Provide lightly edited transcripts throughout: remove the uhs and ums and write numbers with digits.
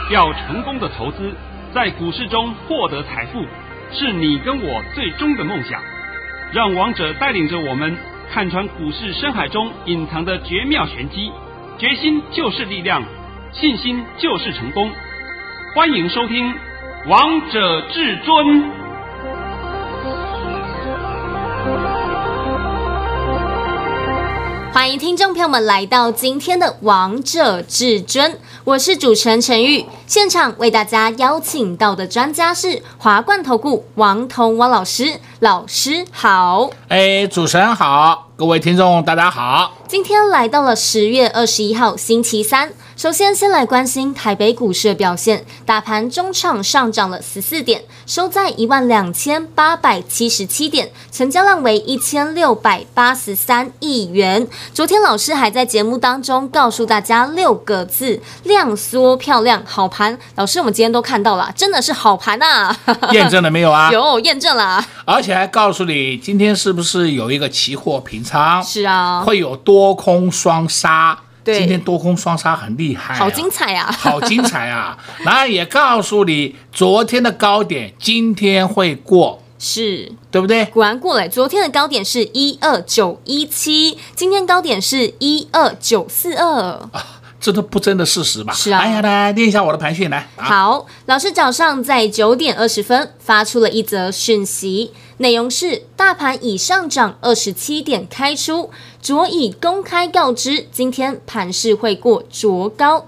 要成功的投资，在股市中获得财富，是你跟我最终的梦想。让王者带领着我们看穿股市深海中隐藏的绝妙玄机，决心就是力量，信心就是成功。欢迎收听《王者至尊》。 欢迎听众朋友们来到今天的王者至尊，我是主持人陈玉。现场为大家邀请到的专家是华冠投顾王彤王老师，老师好。 主持人好，各位听众大家好。 今天来到了10月21号星期三，首先先来关心台北股市的表现，大盘中场上涨了14点，收在12877点，成交量为1683亿元。昨天老师还在节目当中告诉大家6个字：量缩漂亮，好盘。老师，我们今天都看到了，真的是好盘啊！ 验证了没有啊？ 有验证了， 而且还告诉你今天是不是有一个期货平仓？ 是啊， 会有多空双杀。 对， 今天多空双杀很厉害、 好精彩啊！ 好精彩啊！然后也告诉你，昨天的高点今天会过， 是对不对？ 果然过了，昨天的高点是12917，今天高点是12942。 这都不争的事实吧？ 是啊。 哎呀，来念一下我的盘讯来。 好，老师早上在9点20分发出了一则讯息，内容是大盘已上涨27点开出，昨已公开告知，今天盘势会过昨高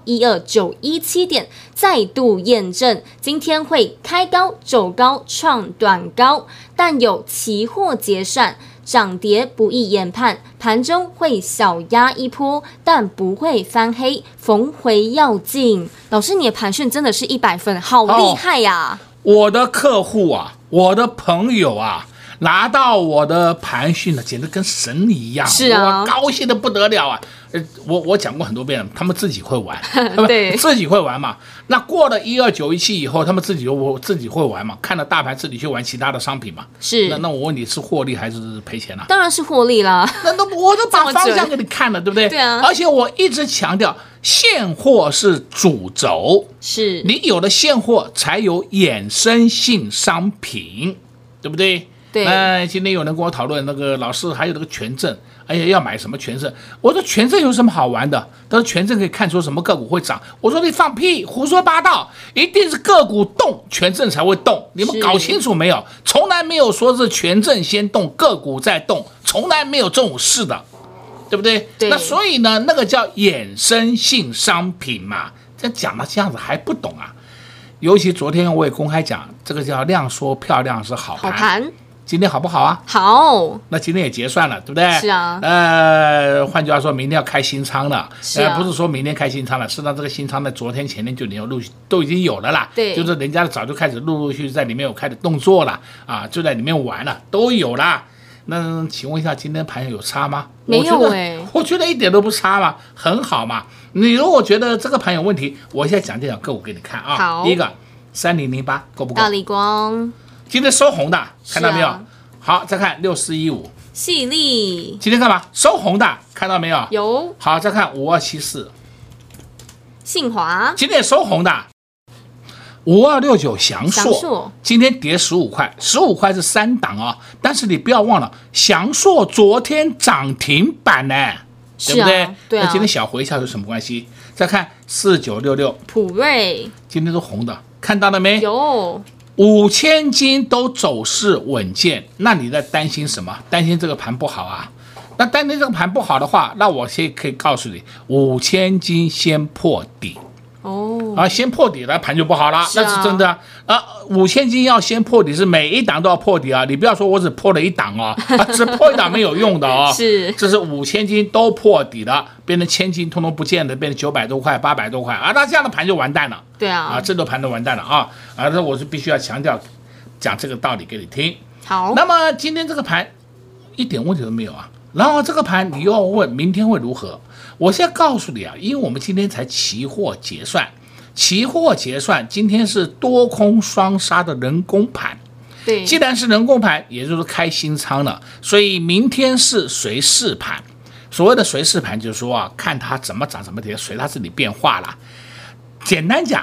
12917点，再度验证今天会开高走高创短高，但有期货结算。涨跌不易研判，盘中会小压一波，但不会翻黑，逢回要进。老师，你的盘讯真的是100分，好厉害呀！ 我的客户啊，我的朋友啊，拿到我的盘讯了，简直跟神一样， 是啊， 我高兴的不得了啊！我讲过很多遍了，他们自己会玩， 对， 自己会玩嘛。那过了12917以后，他们自己会玩嘛，看了大盘自己去玩其他的商品嘛。 是。 那我问你是获利还是赔钱啊？ 当然是获利啦。 我都把方向给你看了，对不对？ 对啊。 而且我一直强调，现货是主轴， 是你有了现货，才有衍生性商品，对不对？ 对。 今天有人跟我讨论那个老师还有那个权证，哎呀，要买什么权证？我说权证有什么好玩的？他说权证可以看出什么个股会涨。我说你放屁，胡说八道，一定是个股动，权证才会动。你们搞清楚没有？从来没有说是权证先动，个股再动，从来没有这种事的，对不对？ 对。 那所以呢，那个叫衍生性商品嘛，这讲到这样子还不懂啊？尤其昨天我也公开讲，这个叫量缩漂亮是好盘。 好盘。 今天好不好啊？ 好， 那今天也结算了，对不对？ 是啊。 换句话说，明天要开新仓了。 是啊。 不是说明天开新仓了，事实上这个新仓呢，昨天前天就都已经有了啦。 对。 就是人家早就开始陆续在里面有开始动作了啊，就在里面玩了，都有啦。那请问一下，今天盘有差吗？ 没有我觉得一点都不差嘛，很好嘛。你如果觉得这个盘有问题，我现在讲这两个股给你看啊。 好。 第一个3008够不够？ 大立光。 今天收红的，看到没有？好，再看6415， 细粒， 今天干嘛？收红的，看到没有？ 有。 好，再看5274， 信华， 今天也收红的。5269祥硕，今天跌15块，15块是3档啊。但是你不要忘了，祥硕昨天涨停板呢，对不对？ 对啊。 那今天小回一下有什么关系？再看4966， 普瑞， 今天是红的，看到了没？ 有。 5000金都走势稳健，那你在担心什么？担心这个盘不好啊？那担心这个盘不好的话，那我先可以告诉你，5000金先破底。先破底了，盘就不好了，那是真的啊。5000金要先破底，是每一档都要破底啊。你不要说我只破了一档哦，只破一档没有用的哦。 是， 这是5000金都破底了，变成1000金通通不见了，变成900多块、800多块啊。那这样的盘就完蛋了。 对啊， 这个盘都完蛋了啊。那我是必须要强调讲这个道理给你听。 好， 那么今天这个盘一点问题都没有啊。然后这个盘你又要问明天会如何？我现在告诉你啊，因为我们今天才期货结算。期货结算今天是多空双杀的人工盘， 对， 既然是人工盘，也就是开新仓了，所以明天是随市盘。所谓的随市盘就是说啊，看它怎么涨怎么跌，随它自己变化啦。简单讲，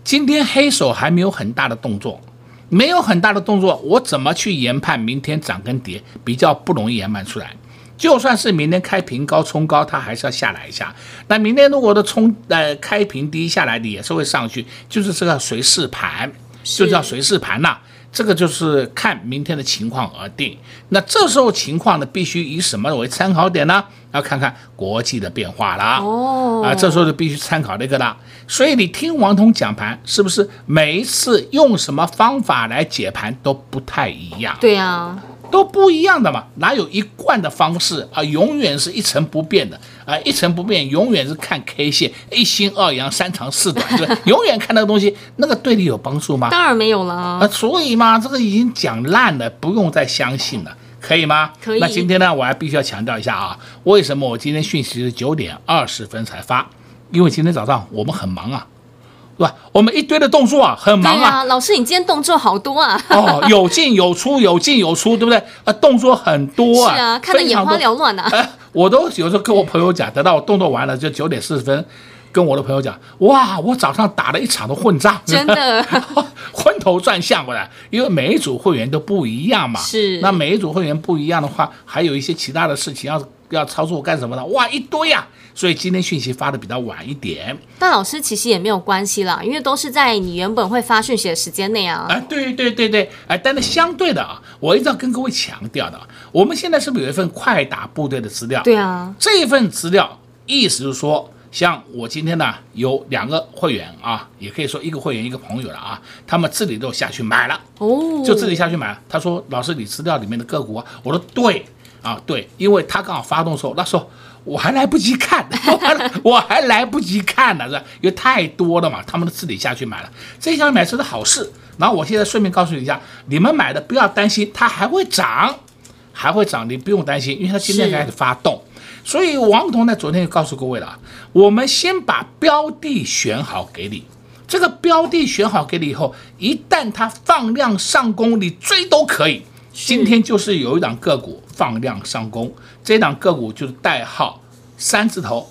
今天黑手还没有很大的动作，没有很大的动作，我怎么去研判明天涨跟跌？比较不容易研判出来。就算是明天开平高冲高，它还是要下来一下。那明天如果的开平低下来的也是会上去，就是这个随势盘，就叫随势盘呐。这个就是看明天的情况而定。那这时候情况呢，必须以什么为参考点呢？要看看国际的变化啦。这时候就必须参考这个啦。所以你听王彤讲盘，是不是每一次用什么方法来解盘都不太一样？ 对啊。 都不一样的嘛，哪有一贯的方式啊？永远是一成不变的啊！一成不变，永远是看 K 线，一心二阳，三长四短，对吧？永远看那个东西，那个对你有帮助吗？ 当然没有了所以嘛，这个已经讲烂了，不用再相信了，可以吗？ 可以。 那今天呢，我还必须要强调一下啊，为什么我今天讯息是9点20分才发？因为今天早上我们很忙啊。对吧？我们一堆的动作啊，很忙啊。 老师，你今天动作好多啊！ 有进有出，有进有出，对不对？动作很多啊。 是啊，看得眼花缭乱啊。 我都有时候跟我朋友讲，等到我动作完了，就9点40分，跟我的朋友讲，哇，我早上打了一场的混战， 真的昏头转向过来，因为每一组会员都不一样嘛。 是。 那每一组会员不一样的话，还有一些其他的事情要操作干什么的？哇，一堆啊！所以今天讯息发的比较晚一点， 但老师其实也没有关系啦，因为都是在你原本会发讯息的时间内啊。 对，但是相对的啊，我一直要跟各位强调的，我们现在是不是有一份快打部队的资料？ 对啊， 这一份资料意思就是说，像我今天呢有2个会员啊，也可以说1个会员1个朋友了啊，他们自己都下去买了，就自己下去买了。他说：“老师，你资料里面的个股啊？”我说：“对啊，对，因为他刚好发动的时候，那时候。”我还来不及看，我还来不及看呢，是吧？因为太多了嘛，他们都自己下去买了。这下买是好事。然后我现在顺便告诉你一下，你们买的不要担心，它还会涨，你不用担心，因为它今天开始发动。所以王彤在昨天就告诉各位了，我们先把标的选好给你。这个标的选好给你以后，一旦它放量上攻，你追都可以。今天就是有一档个股放量上攻，这档个股就是代号3字头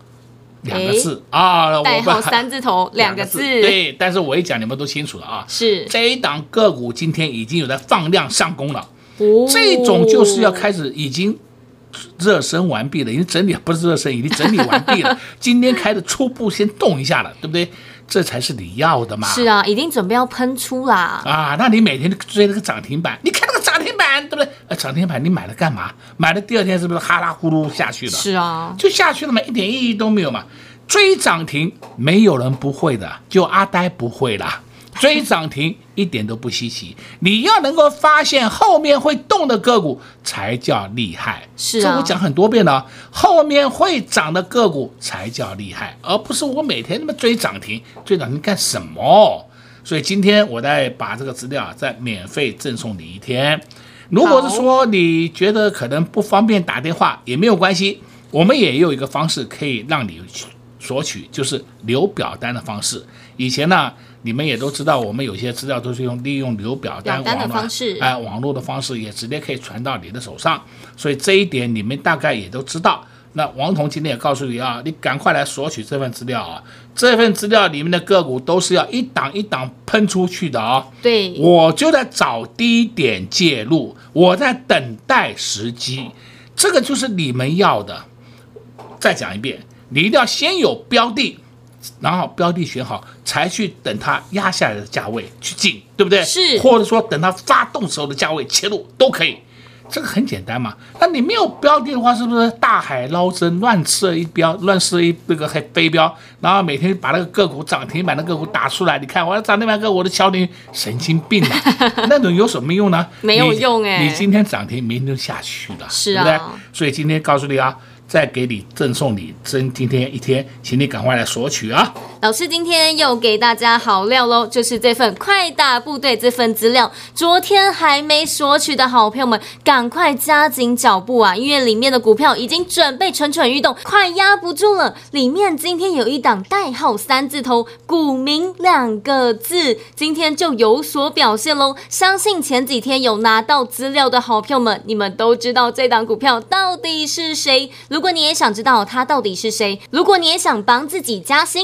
2个字啊， 代号3字头2个字， 对，但是我一讲你们都清楚了啊。 是这一档个股今天已经有在放量上攻了，这种就是要开始已经热身完毕了，已经整理不是热身，已经整理完毕了。今天开始初步先动一下了，对不对？这才是你要的嘛。 是啊，已经准备要喷出啦。 那你每天追那个涨停板，你看那个涨停板，对不对？涨停板你买了干嘛？买了第2天是不是哈啦呼噜下去了？ 是啊， 就下去了嘛，一点意义都没有嘛。追涨停没有人不会的，就阿呆不会啦。追涨停一点都不稀奇，你要能够发现后面会动的个股才叫厉害。 是啊， 这我讲很多遍了，后面会涨的个股才叫厉害，而不是我每天那么追涨停干什么？所以今天我再把这个资料再免费赠送你1天。如果是说你觉得可能不方便打电话也没有关系，我们也有一个方式可以让你索取，就是留表单的方式。以前呢，你们也都知道，我们有些资料都是利用留表单的方式， 网络的方式也直接可以传到你的手上，所以这一点你们大概也都知道。那王彤今天也告诉你啊，你赶快来索取这份资料啊！这份资料里面的个股都是要一档一档喷出去的啊。 对， 我就在找低点介入，我在等待时机，这个就是你们要的。再讲一遍，你一定要先有标的，然后标的选好，才去等它压下来的价位去进，对不对？ 是， 或者说等它发动时候的价位切入都可以。这个很简单嘛，那你没有标的的话，是不是大海捞针，乱射一那个飞镖，然后每天把那个个股涨停板的个股打出来？你看我要涨停板个股，我的瞧你神经病啊！那种有什么用呢？ 没有用你今天涨停，明天就下去了， 是啊， 对不对？所以今天告诉你啊，再给你赠送你今天1天，请你赶快来索取啊！ 老师今天又给大家好料喽，就是这份快打部队这份资料，昨天还没索取的好朋友们，赶快加紧脚步啊！因为里面的股票已经准备蠢蠢欲动，快压不住了。里面今天有一档代号3字头，股民2个字，今天就有所表现喽。相信前几天有拿到资料的好朋友们，你们都知道这档股票到底是谁。如果你也想知道它到底是谁，如果你也想帮自己加薪，帮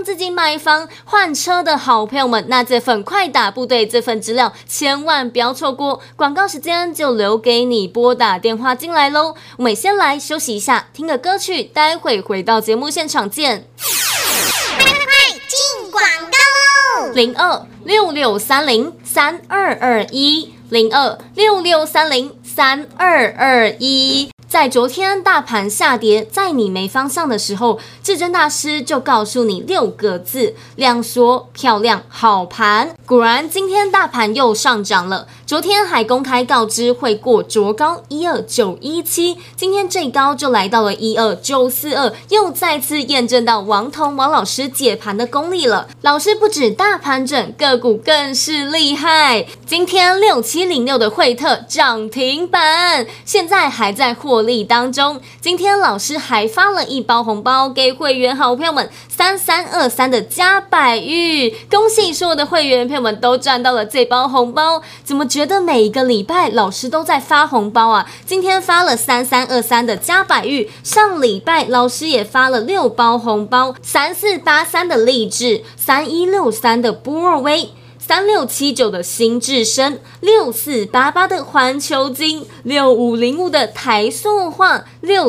自己买房换车的好朋友们，那这份快打部队这份资料千万不要错过，广告时间就留给你拨打电话进来咯。我们先来休息一下，听个歌曲，待会回到节目现场见。 进广告喽 ！0266303221，0266303221。在昨天大盘下跌，在你没方向的时候，至臻大师就告诉你6个字：量缩、漂亮、好盘。果然，今天大盘又上涨了。昨天还公开告知会过卓高12917，今天最高就来到了12942，又再次验证到王老师解盘的功力了。老师不止大盘整，个股更是厉害。今天6706的惠特涨停板，现在还在获利当中。今天老师还发了一包红包给会员好朋友们，3323的嘉百玉，恭喜所有的会员朋友们都赚到了这包红包。怎么觉得每一个礼拜老师都在发红包啊？今天发了3323的嘉百玉，上礼拜老师也发了6包红包，3483的励志，3163的波尔威，3679的新智深，6488的环球金，6505的台塑化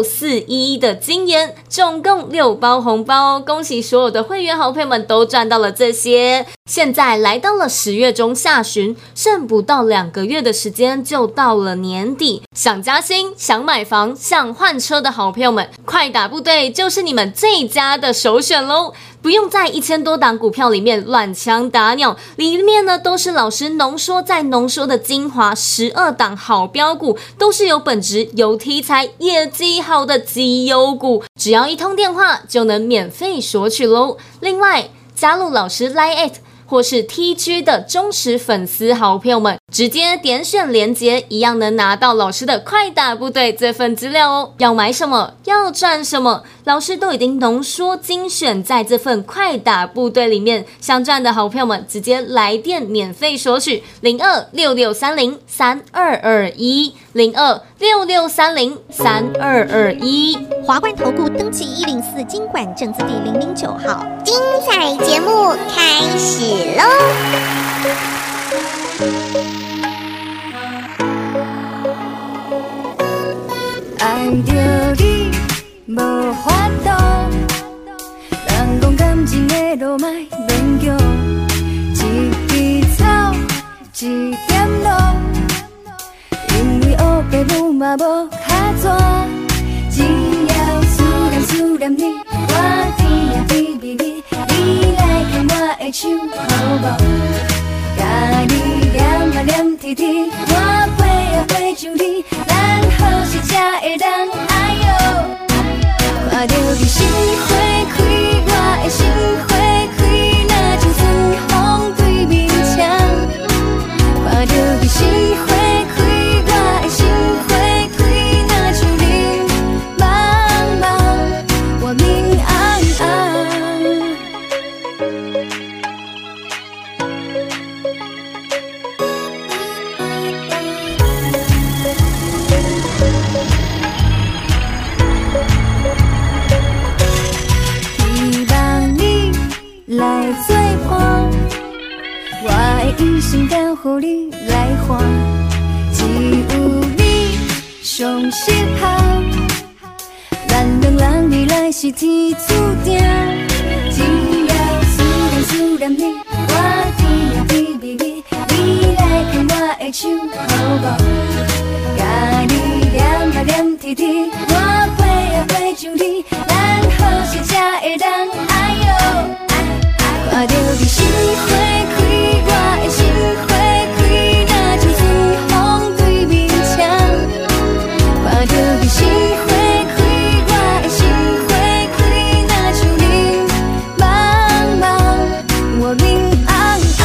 ，6411的金研，总共6包红包，恭喜所有的会员好朋友们都赚到了这些。现在来到了10月中下旬，剩不到2个月的时间就到了年底，想加薪、想买房、想换车的好朋友们，快打部队就是你们最佳的首选咯。不用在1000多档股票里面乱枪打鸟，里面呢都是老师浓缩再浓缩的精华，12档好标股，都是有本质、有题材、业绩好的绩优股，只要一通电话就能免费索取咯。另外，加入老师 Line@ 或是 TG 的忠实粉丝好朋友们，直接点选连结，一样能拿到老师的快打部队这份资料哦。要买什么，要赚什么，老师都已经浓缩精选在这份快打部队里面。想赚的好朋友们，直接来电免费索取0266303221，0266303221。 华冠投顾登记104金管证字第009号，精彩节目开始喽！ 爱着你无法度，人讲感情的路莫勉强，一枝草，一点露，因为黑白母嘛无卡纸，只要思念你，我甜啊甜蜜蜜，你来牵我的手好无？甲你念啊念甜甜，我飞啊飞上你，咱好时才会当哎哟，看着你心花开，我的心花开，若像春风对面墙，看着你心花开，我的心花开，若像林茫茫，我明暗暗。来作伴，我的一生交予你来换，只有你上适合，咱两人未来是天注定，只要思念你，我甜啊甜蜜蜜，你来牵我的手好无？甲你念啊念甜甜，我飞啊飞上你，咱好时才会当哎哟。看着你心花开，我的心花开，若像春风对面墙。看着你心花开，我的心花开，若像林茫茫，我明暗暗，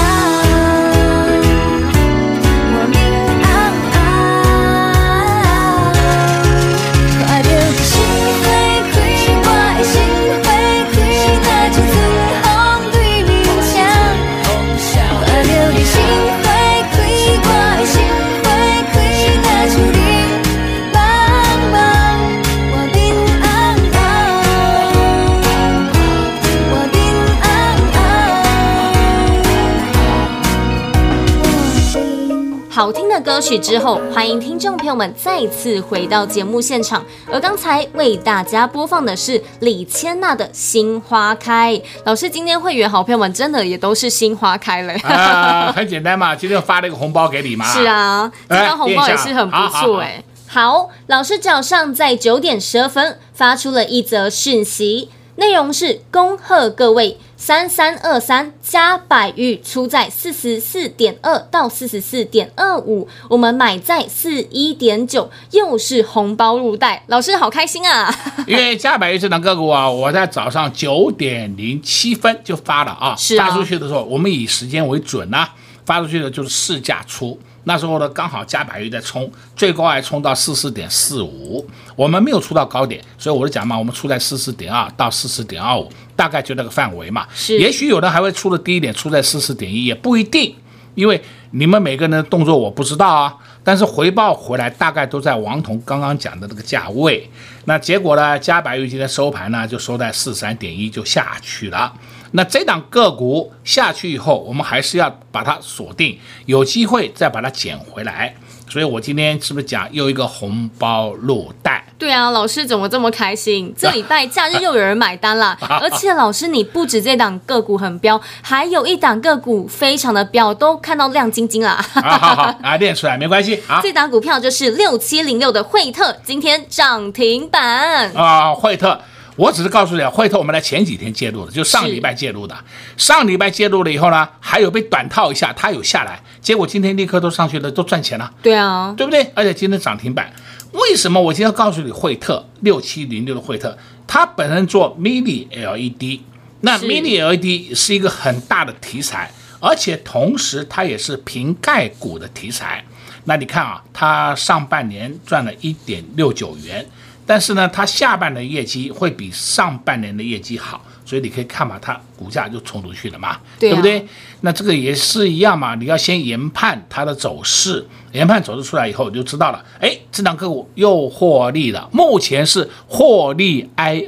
我明暗暗。看着你心花开，我的心花开，若像春风。 好听的歌曲之后，欢迎听众朋友们再次回到节目现场。而刚才为大家播放的是李千娜的《心花开》。老师，今天会员好朋友们真的也都是心花开了很简单嘛，今天发了一个红包给你嘛。 是啊，这张红包也是很不错哎。好，老师早上在9点12分发出了一则讯息，内容是恭贺各位3323加百玉出在 44.2 到 44.25， 我们买在 41.9， 又是红包入袋，老师好开心啊！ 因为加百玉这档个股啊，我在早上9点07分就发了啊，发出去的时候我们以时间为准啊，发出去的就是市价出。那时候呢，刚好加百玉在冲，最高还冲到 44.45， 我们没有出到高点，所以我就讲嘛，我们出在 44.2 到 44.25， 大概就那个范围嘛。也许有人还会出的低一点，出在 44.1， 也不一定，因为你们每个人的动作我不知道啊。但是回报回来大概都在王彤刚刚讲的这个价位。那结果呢，加百玉今天收盘呢就收在 43.1 就下去了。那这档个股下去以后，我们还是要把它锁定，有机会再把它捡回来。所以我今天是不是讲又一个红包入袋？ 对啊，老师怎么这么开心？这礼拜假日又有人买单啦！而且老师，你不止这档个股很飙，还有一档个股非常的飙，都看到亮晶晶啦！ 好，练出来没关系。 这档股票就是6706的惠特，今天涨停板啊！惠特。我只是告诉你，惠特我们在前几天介入的，就上礼拜介入的。上礼拜介入了以后呢，还有被短套一下，它有下来，结果今天立刻都上去了，都赚钱了。 对啊， 对不对？而且今天涨停板，为什么我今天要告诉你惠特6706的惠特，它本身做 mini LED， 那 mini LED 是一个很大的题材，而且同时它也是瓶盖股的题材。那你看啊，它上半年赚了 1.69 元。但是呢，它下半年的业绩会比上半年的业绩好，所以你可以看嘛，它股价就冲出去了嘛，对不对？那这个也是一样嘛，你要先研判它的走势，研判走势出来以后，你就知道了，哎，这档个股又获利了，目前是获利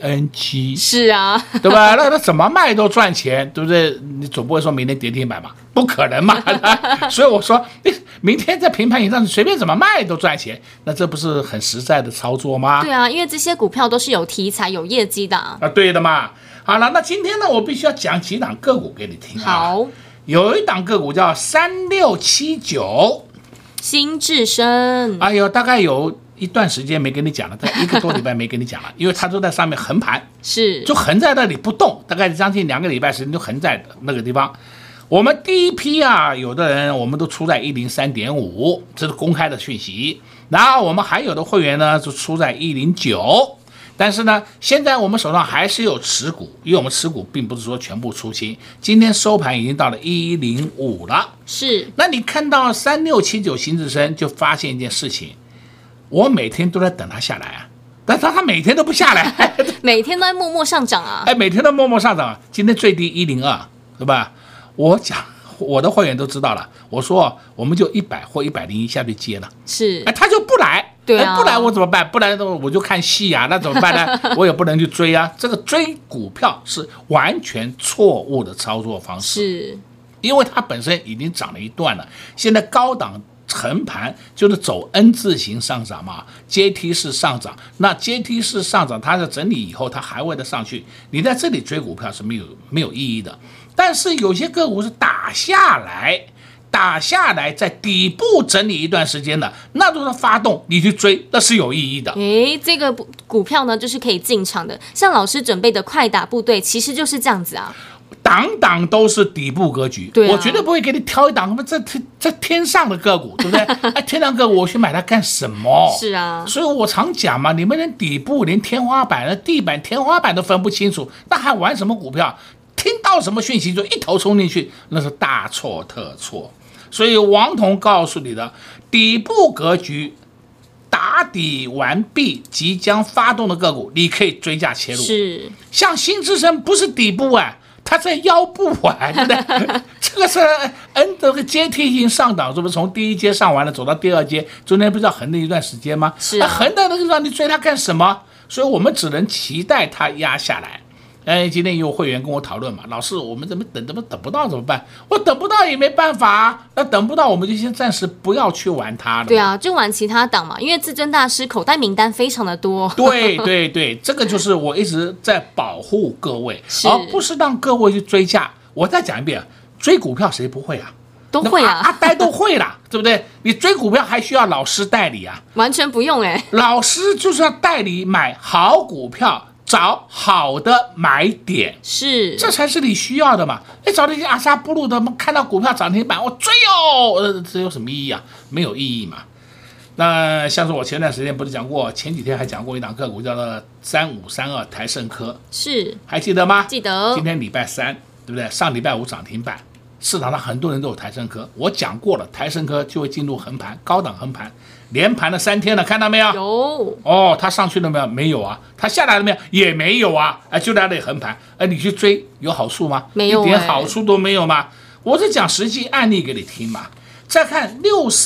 ING， 是啊， 对吧？那它怎么卖都赚钱，对不对？你总不会说明天跌停板嘛，不可能嘛。所以我说，明天在平盘以上随便怎么卖都赚钱，那这不是很实在的操作吗？ 对啊，因为这些股票都是有题材、有业绩的啊。 对的嘛。好了，那今天呢，我必须要讲几档个股给你听啊。 好， 有一档个股叫3679， 新智深。 哎呦，大概有一段时间没跟你讲了，大概1个多礼拜没跟你讲了，因为它都在上面横盘， 是就横在那里不动，大概将近2个礼拜时间就横在那个地方。我们第一批啊，有的人我们都出在103.5，这是公开的讯息。然后我们还有的会员呢，就出在109。但是呢，现在我们手上还是有持股，因为我们持股并不是说全部出清。今天收盘已经到了105了。 是， 那你看到3679新智深，就发现一件事情，我每天都在等它下来啊，但它每天都不下来， 每天都在默默上涨啊。 哎，每天都默默上涨。今天最低102，对吧？我讲我的会员都知道了，我说我们就100或101下去接了， 是， 哎，他就不来。 对啊， 不来我怎么办？不来我就看戏啊，那怎么办呢？我也不能去追啊。这个追股票是完全错误的操作方式， 是因为它本身已经涨了一段了，现在高档横盘就是走 N 字形上涨嘛，阶梯式上涨。那阶梯式上涨，它在整理以后，它还会再上去。你在这里追股票是没有意义的。但是有些个股是打下来在底部整理一段时间的，那都是发动你去追，那是有意义的。 这个股票呢，就是可以进场的。像老师准备的快打部队，其实就是这样子啊。 档档都是底部格局， 对啊， 我绝对不会给你挑一档这天上的个股，对不对？哎，天上个股我去买它干什么？ 是啊， 所以我常讲嘛，你们连底部、连天花板、地板、天花板都分不清楚，那还玩什么股票？听到什么讯息就一头冲进去，那是大错特错。所以王彤告诉你的，底部格局打底完毕，即将发动的个股，你可以追价切入。 是， 像新智深不是底部啊，它在腰部啊，对不对？这个是 N 这个阶梯型上档，是不是从第一阶上完了，走到第二阶，中间不是要横了一段时间吗？ 是啊， 横的那个地方你追它干什么？所以我们只能期待它压下来。 今天也有会员跟我讨论嘛，老师，我们怎么等不到怎么办？我等不到也没办法啊，那等不到我们就先暂时不要去玩它了。 对啊，就玩其他档嘛，因为至尊大师口袋名单非常的多。 对，这个就是我一直在保护各位，而不是让各位去追价。我再讲一遍，追股票谁不会啊？ 都会啊， 阿呆都会啦，对不对？你追股票还需要老师带你啊？ 完全不用老师就是要带你买好股票，找好的买点， 是， 这才是你需要的嘛。你找那些阿萨布鲁的，看到股票涨停板我追哦，这有什么意义啊？没有意义嘛。那像是我前段时间不是讲过，前几天还讲过一档个股叫做3532台盛科， 是， 还记得吗？ 记得。 今天礼拜三，对不对？上礼拜五涨停板。市场上很多人都有台盛科，我讲过了，台盛科就会进入横盘，高档横盘，连盘了3天了，看到没有？ 有。 哦，它上去了没有？没有啊。它下来了没有？也没有啊。就在那里横盘，你去追有好处吗？ 没有， 一点好处都没有吗？我是讲实际案例给你听嘛。再看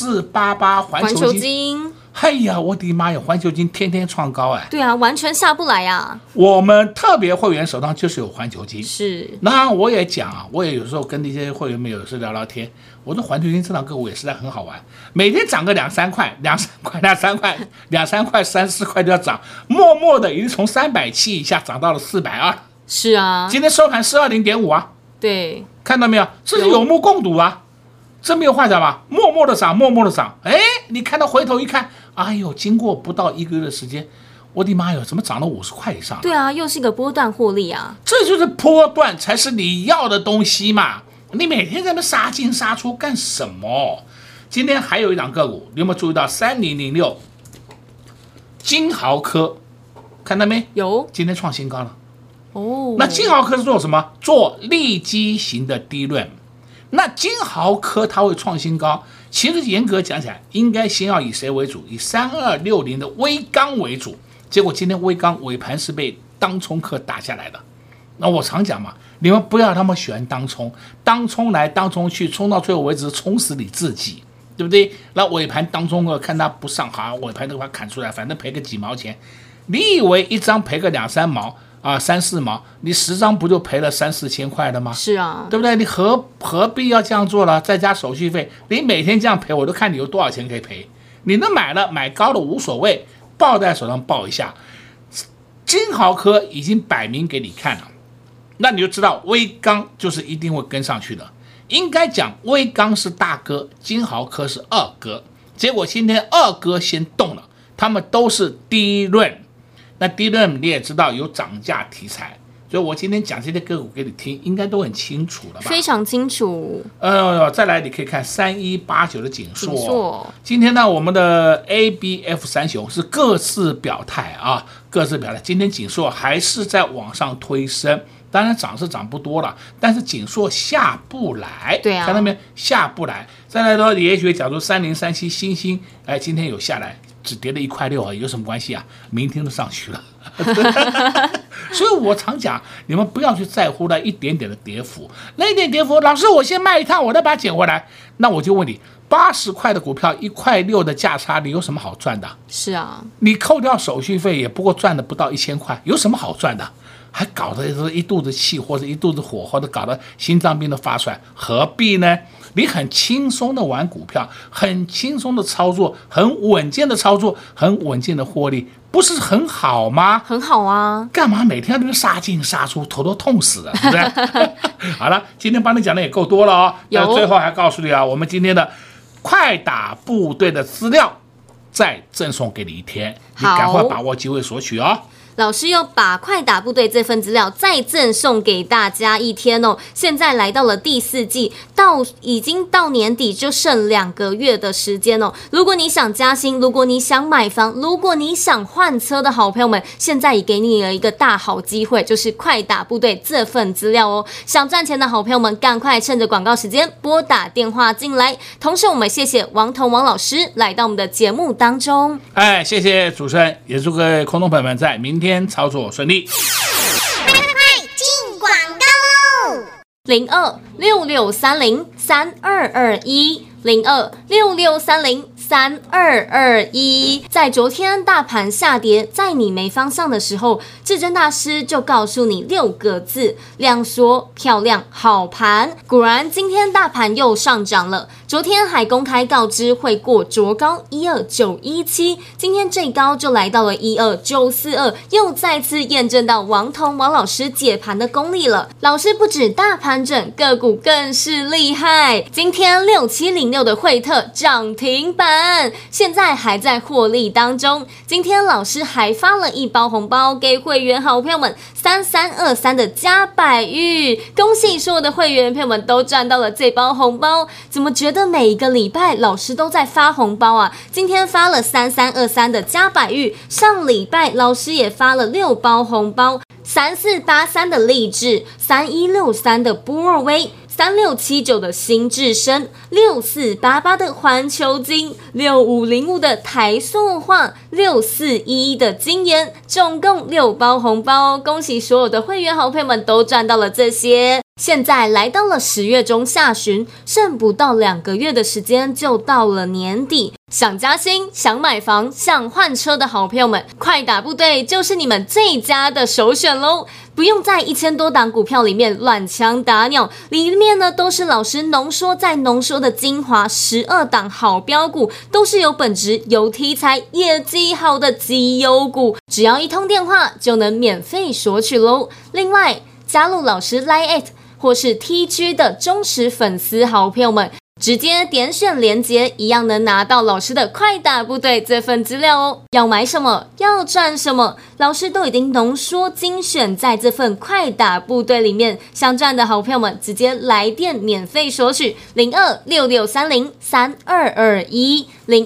6488环球金。哎呀，我的妈呀！环球金天天创高对啊，完全下不来啊。 我们特别会员手上就是有环球金， 是。 那我也讲啊，我也有时候跟那些会员们有时聊聊天。我说环球金这档个股也实在很好玩，每天涨个2-3块，2-3块，3-4块就要涨，默默的已经从370以下涨到了420。 是啊。 今天收盘420.5啊。 对。 看到没有？这是有目共睹啊。这没有话讲吧？默默的涨。你看到回头一看，哎呦，经过不到1个月的时间，我的妈哟，怎么涨了50块以上？ 对啊，又是一个波段获利啊。 这就是波段才是你要的东西嘛。你每天在那杀进杀出干什么？今天还有一档个股，你有没有注意到3006金豪科？看到没有？ 今天创新高了。 哦。 那金豪科是做什么？做利基型的低润。那金豪科它会创新高，其实严格讲起来，应该先要以谁为主？以3260的威刚为主。结果今天威刚尾盘是被当冲客打下来的。那我常讲嘛，你们不要那么喜欢当冲来当冲去，冲到最后为止，冲死你自己，对不对？那尾盘当冲客看他不上好，尾盘都把它砍出来，反正赔个几毛钱。你以为一张赔个2-3毛3-4毛，你10张不就赔了3-4千块了吗？ 是啊， 对不对？你何必要这样做了？再加手续费，你每天这样赔，我都看你有多少钱可以赔。你能买高的无所谓，抱在手上抱一下。金豪科已经摆明给你看了，那你就知道威刚就是一定会跟上去的。应该讲威刚是大哥，金豪科是二哥。结果今天二哥先动了，他们都是低润。那低润你也知道有涨价题材，所以我今天讲这些个股给你听，应该都很清楚了吧？ 非常清楚。 再来你可以看3189的景硕。今天呢，我们的 ABF 三雄是各自表态啊，各自表态。今天景硕还是在往上推升，当然涨是涨不多了，但是景硕下不来。 对啊， 看到没有？下不来。再来的也许假如3037星星，今天有下来。只跌了1.6块而已，有什么关系啊？明天都上去了。所以我常讲，你们不要去在乎那一点点的跌幅，那一点跌幅，老师我先卖一趟，我再把它捡回来。那我就问你，80块的股票1.6块的价差，你有什么好赚的？ 是啊， 你扣掉手续费，也不过赚了不到1000块，有什么好赚的？还搞得一肚子气或者一肚子火，或者搞得心脏病都发出来，何必呢？你很轻松的玩股票，很轻松的操作，很稳健的操作，很稳健的获利，不是很好吗？ 很好啊， 干嘛每天都杀进杀出，头都痛死了，对不对？好了，今天帮你讲的也够多了哦。最后还告诉你啊，我们今天的快打部队的资料再赠送给你1天，你赶快把握机会索取哦。 老师又把快打部队这份资料再赠送给大家1天哦。现在来到了第4季，已经到年底就剩2个月的时间哦。如果你想加薪，如果你想买房，如果你想换车的好朋友们，现在也给你了一个大好机会，就是快打部队这份资料哦。想赚钱的好朋友们，赶快趁着广告时间拨打电话进来。同时，我们谢谢王彤王老师来到我们的节目当中。 谢谢主持人，也祝各位空中朋友们在明天操作顺利。 快进广告喽！ 02-6630-3221 02-6630-3221 3221。在昨天大盘下跌，在你没方向的时候，至臻大师就告诉你6个字：量缩、漂亮、好盘。果然，今天大盘又上涨了。昨天还公开告知会过卓高12917，今天最高就来到了12942，又再次验证到王老师解盘的功力了。老师不止大盘整，个股更是厉害。今天6706的惠特涨停板，现在还在获利当中。今天老师还发了一包红包给会员好朋友们，3323的嘉百玉，恭喜所有的会员朋友们都赚到了这包红包。怎么觉得每一个礼拜老师都在发红包啊？今天发了3323的嘉百玉，上礼拜老师也发了6包红包，3483的励志，3163的波尔威，3679的新智深，6488的环球金，6505的台塑化，6411的金研，总共6包红包，恭喜所有的会员好朋友们都赚到了这些。现在来到了10月中下旬，剩不到2个月的时间就到了年底。想加薪、想买房、想换车的好朋友们，快打部队就是你们最佳的首选咯。不用在1000多档股票里面乱枪打鸟，里面呢都是老师浓缩再浓缩的精华，12档好标股，都是有本质、有题材、业绩好的绩优股，只要一通电话就能免费索取咯。另外，加入老师 Line@ 或是 TG 的忠实粉丝好朋友们，直接点选连结，一样能拿到老师的快打部队这份资料哦。要买什么，要赚什么，老师都已经浓缩精选在这份快打部队里面。想赚的好朋友们，直接来电免费索取0266303221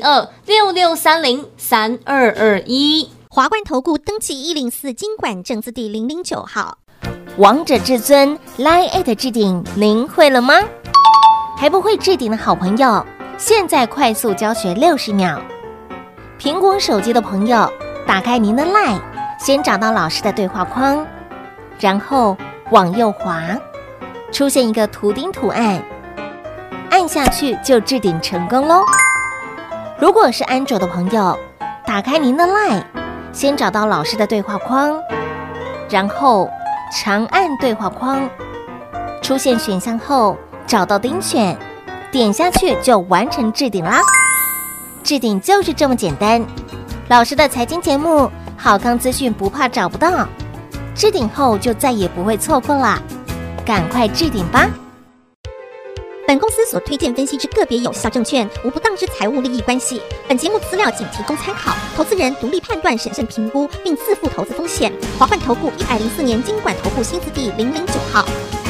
0266303221。 华冠投顾登记104金管证字第009号。 王者至尊 Line@ 置顶，您会了吗？还不会置顶的好朋友，现在快速教学60秒。苹果手机的朋友，打开您的 Line， 先找到老师的对话框，然后往右滑，出现一个图钉图案，按下去就置顶成功咯。如果是安卓的朋友，打开您的 Line， 先找到老师的对话框，然后长按对话框，出现选项后找到钉选，点下去就完成置顶啦。置顶就是这么简单。老师的财经节目，好康资讯不怕找不到，置顶后就再也不会错过啦，赶快置顶吧。 本公司所推荐分析之个别有效证券，无不当之财务利益关系。本节目资料仅提供参考，投资人独立判断、审慎评估，并自负投资风险。华冠投顾104年金管投顾新字第009号。